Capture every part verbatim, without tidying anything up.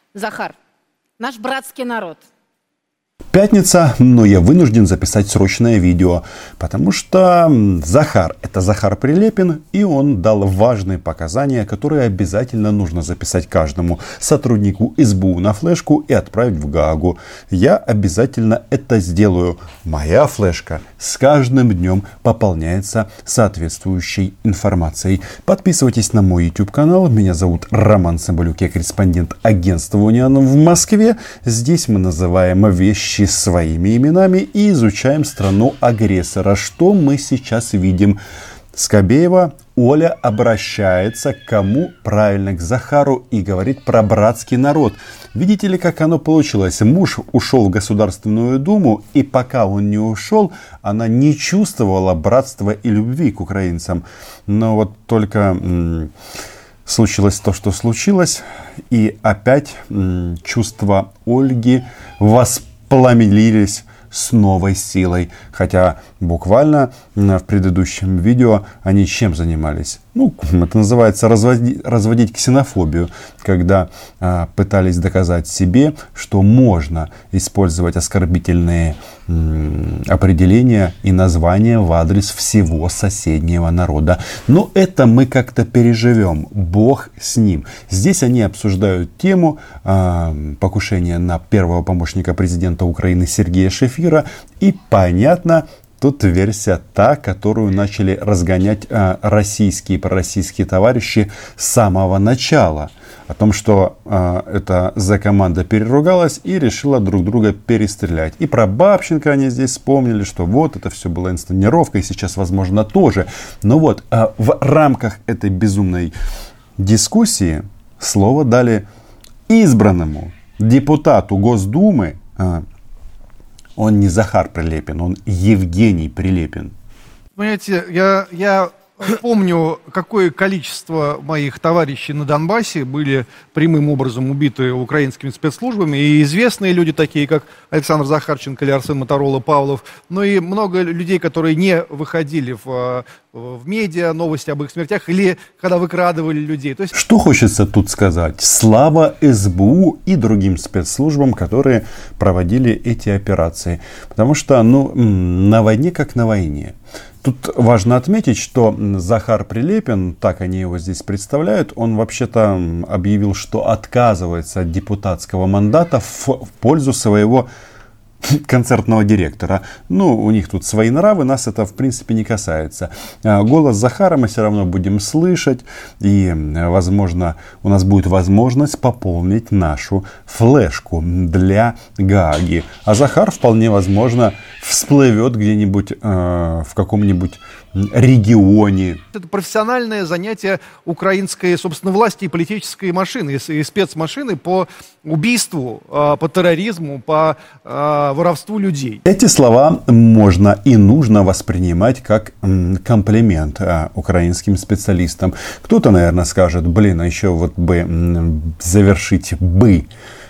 Захар, наш братский народ. Пятница, но я вынужден записать срочное видео, потому что Захар – это Захар Прилепин, и он дал важные показания, которые обязательно нужно записать каждому сотруднику эс бэ у на флешку и отправить в Гаагу. Я обязательно это сделаю. Моя флешка с каждым днем пополняется соответствующей информацией. Подписывайтесь на мой YouTube канал. Меня зовут Роман Цымбалюк, я корреспондент агентства Униан в Москве. Здесь мы называем вещи своими именами и изучаем страну-агрессора. Что мы сейчас видим? Скобеева Оля обращается к кому? Правильно, к Захару, и говорит про братский народ. Видите ли, как оно получилось? Муж ушел в Государственную Думу, и пока он не ушел, она не чувствовала братства и любви к украинцам. Но вот только м- случилось то, что случилось, и опять м- чувства Ольги воспринимаются пламенились с новой силой. Хотя буквально в предыдущем видео они чем занимались? Ну, это называется разводить, разводить ксенофобию, когда а, пытались доказать себе, что можно использовать оскорбительные м, определения и названия в адрес всего соседнего народа. Но это мы как-то переживем. Бог с ним. Здесь они обсуждают тему а, покушения на первого помощника президента Украины Сергея Шефира. И понятно, тут версия та, которую начали разгонять э, российские и пророссийские товарищи с самого начала. О том, что э, эта зэ-команда переругалась и решила друг друга перестрелять. И про Бабченко они здесь вспомнили, что вот это все было инсценировка, и сейчас, возможно, тоже. Но вот э, в рамках этой безумной дискуссии слово дали избранному депутату Госдумы. Э, Он не Захар Прилепин, он Евгений Прилепин. Понимаете, я, я помню, какое количество моих товарищей на Донбассе были прямым образом убиты украинскими спецслужбами. И известные люди, такие как Александр Захарченко или Арсен Моторола Павлов, но и много людей, которые не выходили в, в медиа, новости об их смертях, или когда выкрадывали людей. То есть... Что хочется тут сказать? Слава эс бэ у и другим спецслужбам, которые проводили эти операции. Потому что, ну, на войне как на войне. Тут важно отметить, что Захар Прилепин, так они его здесь представляют, он вообще-то объявил, что отказывается от депутатского мандата в, в пользу своего концертного директора. Ну, у них тут свои нравы, нас это в принципе не касается. Голос Захара мы все равно будем слышать, и, возможно, у нас будет возможность пополнить нашу флешку для Гааги. А Захар вполне возможно всплывет где-нибудь э, в каком-нибудь регионе. Это профессиональное занятие украинской, собственно, власти и политической машины, и спецмашины по убийству, по терроризму, по воровству людей. Эти слова можно и нужно воспринимать как комплимент украинским специалистам. Кто-то, наверное, скажет, блин, а еще вот бы завершить бы.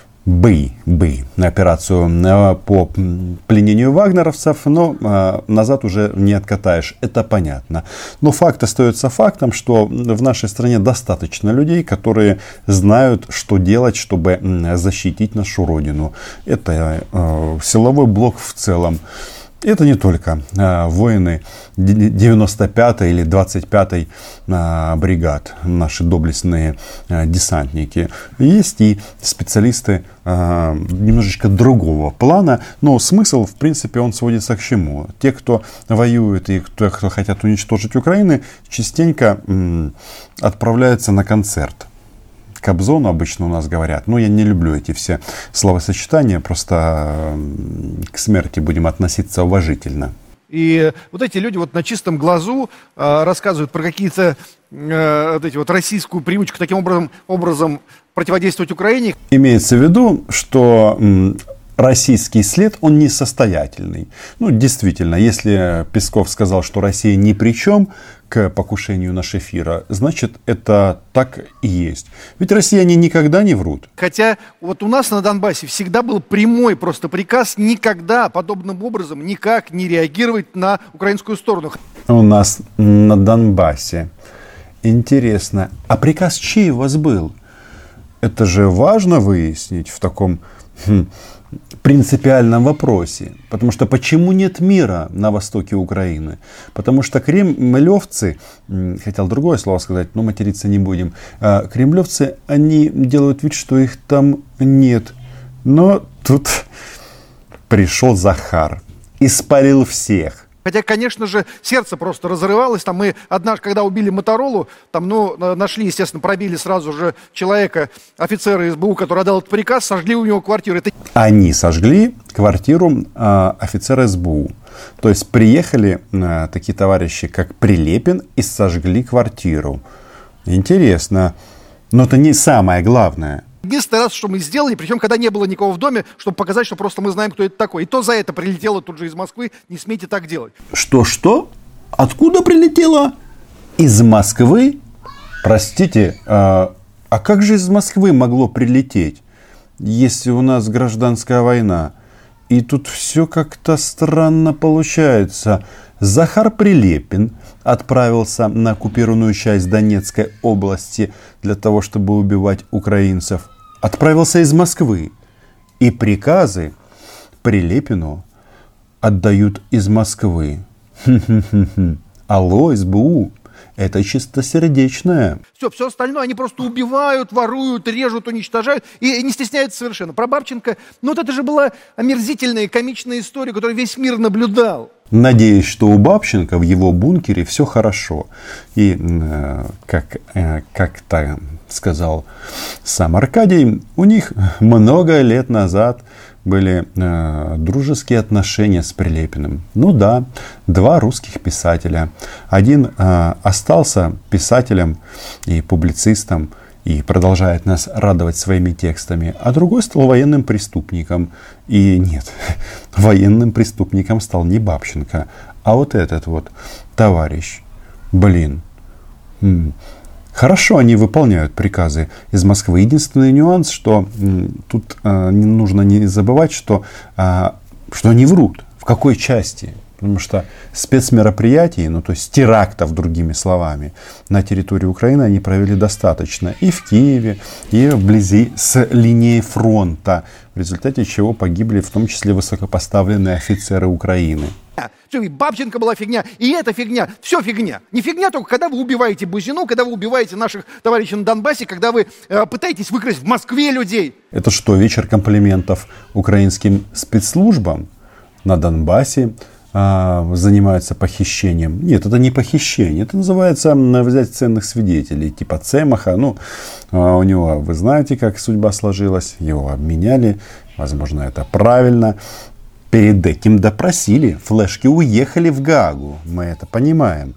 бы, бы на операцию по пленению вагнеровцев, но э, назад уже не откатаешь, это понятно. Но факт остается фактом, что в нашей стране достаточно людей, которые знают, что делать, чтобы защитить нашу родину. Это э, силовой блок в целом. Это не только э, воины девяносто пятой или двадцать пятой э, бригад, наши доблестные э, десантники. Есть и специалисты э, немножечко другого плана, но смысл, в принципе, он сводится к чему? Те, кто воюет и те, кто хотят уничтожить Украину, частенько э, отправляются на концерт. Кобзону обычно у нас говорят. Но я не люблю эти все словосочетания. Просто к смерти будем относиться уважительно. И вот эти люди вот на чистом глазу э, рассказывают про какие-то э, вот эти вот российскую привычку таким образом, образом противодействовать Украине. Имеется в виду, что м, российский след, он несостоятельный. Ну, действительно, если Песков сказал, что Россия ни при чем к покушению на Шефира, значит, это так и есть. Ведь россияне никогда не врут. Хотя вот у нас на Донбассе всегда был прямой просто приказ никогда подобным образом никак не реагировать на украинскую сторону. У нас на Донбассе. Интересно, а приказ чей у вас был? это же важно выяснить в таком хм, принципиальном вопросе. Потому что почему нет мира на востоке Украины? Потому что кремлевцы, хотел другое слово сказать, но материться не будем. Кремлевцы, они делают вид, что их там нет. Но тут пришел Захар и спалил всех. Хотя, конечно же, сердце просто разрывалось. Там мы однажды, когда убили Моторолу, там, ну, нашли, естественно, пробили сразу же человека, офицера СБУ, который отдал этот приказ, сожгли у него квартиру. Это... Они сожгли квартиру э, офицера СБУ. То есть приехали э, такие товарищи, как Прилепин, и сожгли квартиру. Интересно. Но это не самое главное. Единственный раз, что мы сделали, причем когда не было никого в доме, чтобы показать, что просто мы знаем, кто это такой. И то за это прилетело тут же из Москвы. Не смейте так делать. Что-что? Откуда прилетело? Из Москвы? Простите, а, а как же из Москвы могло прилететь, если у нас гражданская война? И тут все как-то странно получается. Захар Прилепин отправился на оккупированную часть Донецкой области для того, чтобы убивать украинцев. Отправился из Москвы. И приказы Прилепину отдают из Москвы. Алло, СБУ, это чистосердечное. Все, все остальное они просто убивают, воруют, режут, уничтожают и не стесняются совершенно. Про Бабченко, ну вот это же была омерзительная, комичная история, которую весь мир наблюдал. Надеюсь, что у Бабченко в его бункере все хорошо. И, э, как э, как-то сказал сам Аркадий, у них много лет назад были э, дружеские отношения с Прилепиным. Ну да, два русских писателя. Один э, остался писателем и публицистом и продолжает нас радовать своими текстами, а другой стал военным преступником. И нет, военным преступником стал не Бабченко, а вот этот вот товарищ. Блин. М- Хорошо они выполняют приказы из Москвы. Единственный нюанс, что м, тут э, не нужно не забывать, что, э, что они врут. В какой части? Потому что спецмероприятий, ну то есть терактов, другими словами, на территории Украины они провели достаточно. И в Киеве, и вблизи с линией фронта. В результате чего погибли в том числе высокопоставленные офицеры Украины. Все, и Бабченко была фигня, и эта фигня, все фигня. Не фигня только, когда вы убиваете Бузину, когда вы убиваете наших товарищей на Донбассе, когда вы э, пытаетесь выкрасть в Москве людей. Это что, вечер комплиментов украинским спецслужбам на Донбассе? Занимаются похищением. Нет, это не похищение. Это называется взять ценных свидетелей. Типа Цемаха. Ну, у него, вы знаете, как судьба сложилась. Его обменяли. Возможно, это правильно. Перед этим допросили. Флешки уехали в Гаагу. Мы это понимаем.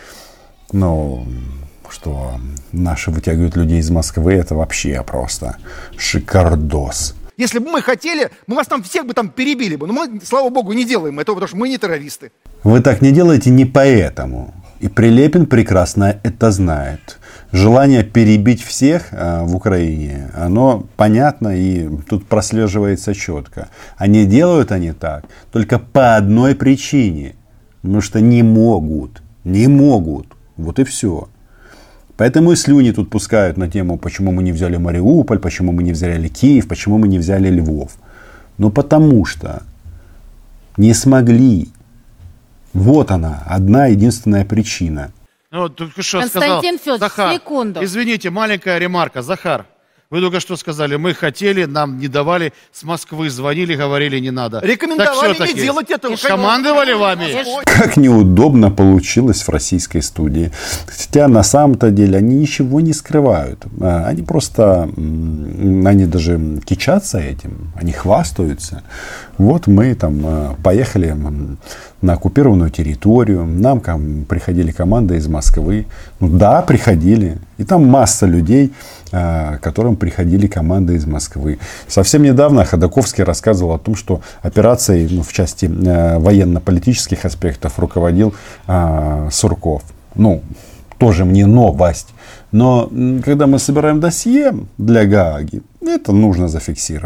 Но что наши вытягивают людей из Москвы, это вообще просто шикардос. Если бы мы хотели, мы вас там всех бы там перебили бы. Но мы, слава богу, не делаем этого, потому что мы не террористы. Вы так не делаете не поэтому. И Прилепин прекрасно это знает. Желание перебить всех э, в Украине, оно понятно и тут прослеживается четко. А не делают они так только по одной причине. Потому что не могут. Не могут. Вот и все. Поэтому и слюни тут пускают на тему, почему мы не взяли Мариуполь, почему мы не взяли Киев, почему мы не взяли Львов. Ну потому что не смогли. Вот она, одна единственная причина. Ну, только что Константин сказал, Федорович, Захар, секунду. извините, маленькая ремарка. Захар, вы только что сказали, мы хотели, нам не давали, с Москвы звонили, говорили, не надо. Рекомендовали Так не делать этого. Командовали вами? Как неудобно получилось в российской студии. Хотя на самом-то деле они ничего не скрывают. Они просто, они даже кичатся этим, они хвастаются. Вот мы там поехали на оккупированную территорию, нам там приходили команды из Москвы. Ну да, приходили. И там масса людей, которым приходили команды из Москвы. Совсем недавно Ходаковский рассказывал о том, что операцией, ну, в части э, военно-политических аспектов руководил э, Сурков. Ну, тоже мне новость. Но когда мы собираем досье для Гааги, это нужно зафиксировать.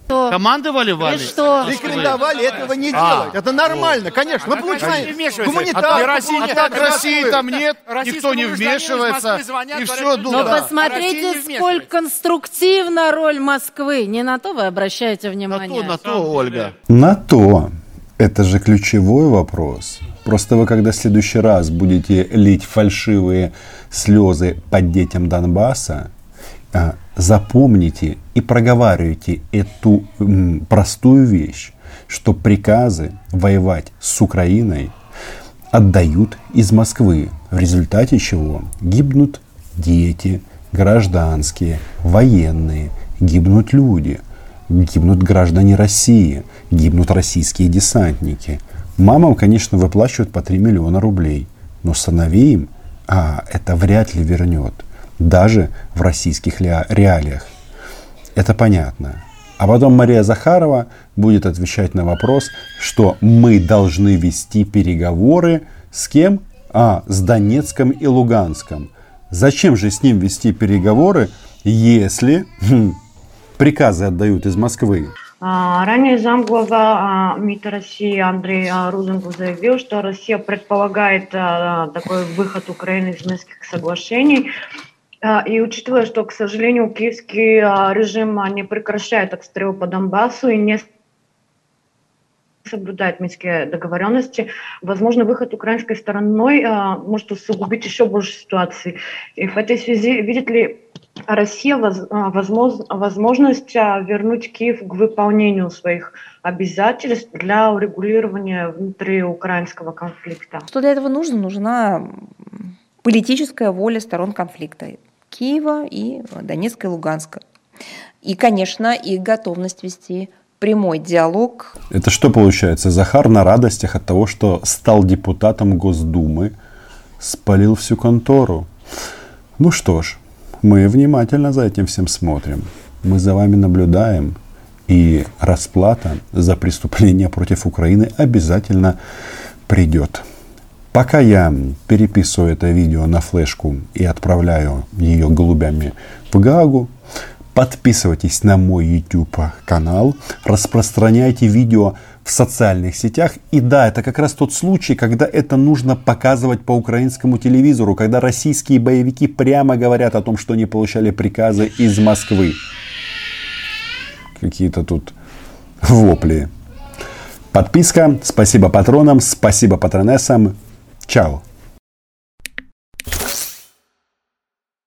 Что? Командовали И вами? что? Рекомендовали этого не А, делать. Это нормально, конечно. Мы получаем А гуманитарку. России, а так России там нет, никто не вмешивается, и все, Но да. посмотрите, сколь конструктивна роль Москвы. Не на то вы обращаете На внимание. то, на то, Ольга. На то. Это же ключевой вопрос. Просто вы, когда в следующий раз будете лить фальшивые слезы под детям Донбасса, запомните и проговаривайте эту м, простую вещь, что приказы воевать с Украиной отдают из Москвы, в результате чего гибнут дети, гражданские, военные, гибнут люди, гибнут граждане России, гибнут российские десантники. Мамам, конечно, выплачивают по три миллиона рублей, но сыновей а, это вряд ли вернет. Даже в российских реалиях. Это понятно. А потом Мария Захарова будет отвечать на вопрос, что мы должны вести переговоры с кем? А, с Донецком и Луганском. Зачем же с ним вести переговоры, если хм, приказы отдают из Москвы? Ранее замглава МИД России Андрей Рузенков заявил, что Россия предполагает такой выход Украины из Минских соглашений. И учитывая, что, к сожалению, киевский режим не прекращает обстрел по Донбассу и не соблюдает минские договоренности, возможно, выход украинской стороной может усугубить еще больше ситуации. И в этой связи видит ли Россия возможность вернуть Киев к выполнению своих обязательств для урегулирования внутриукраинского конфликта? Что для этого нужно? Нужна политическая воля сторон конфликта Киева и Донецка и Луганска. И, конечно, их готовность вести прямой диалог. Это что получается? Захар на радостях от того, что стал депутатом Госдумы, спалил всю контору. Ну что ж, мы внимательно за этим всем смотрим. Мы за вами наблюдаем. И расплата за преступления против Украины обязательно придет. Пока я переписываю это видео на флешку и отправляю ее голубями в Гаагу, подписывайтесь на мой YouTube канал, распространяйте видео в социальных сетях. И да, это как раз тот случай, когда это нужно показывать по украинскому телевизору, когда российские боевики прямо говорят о том, что они получали приказы из Москвы. Какие-то тут вопли. Подписка, спасибо патронам, спасибо патронессам. Чао.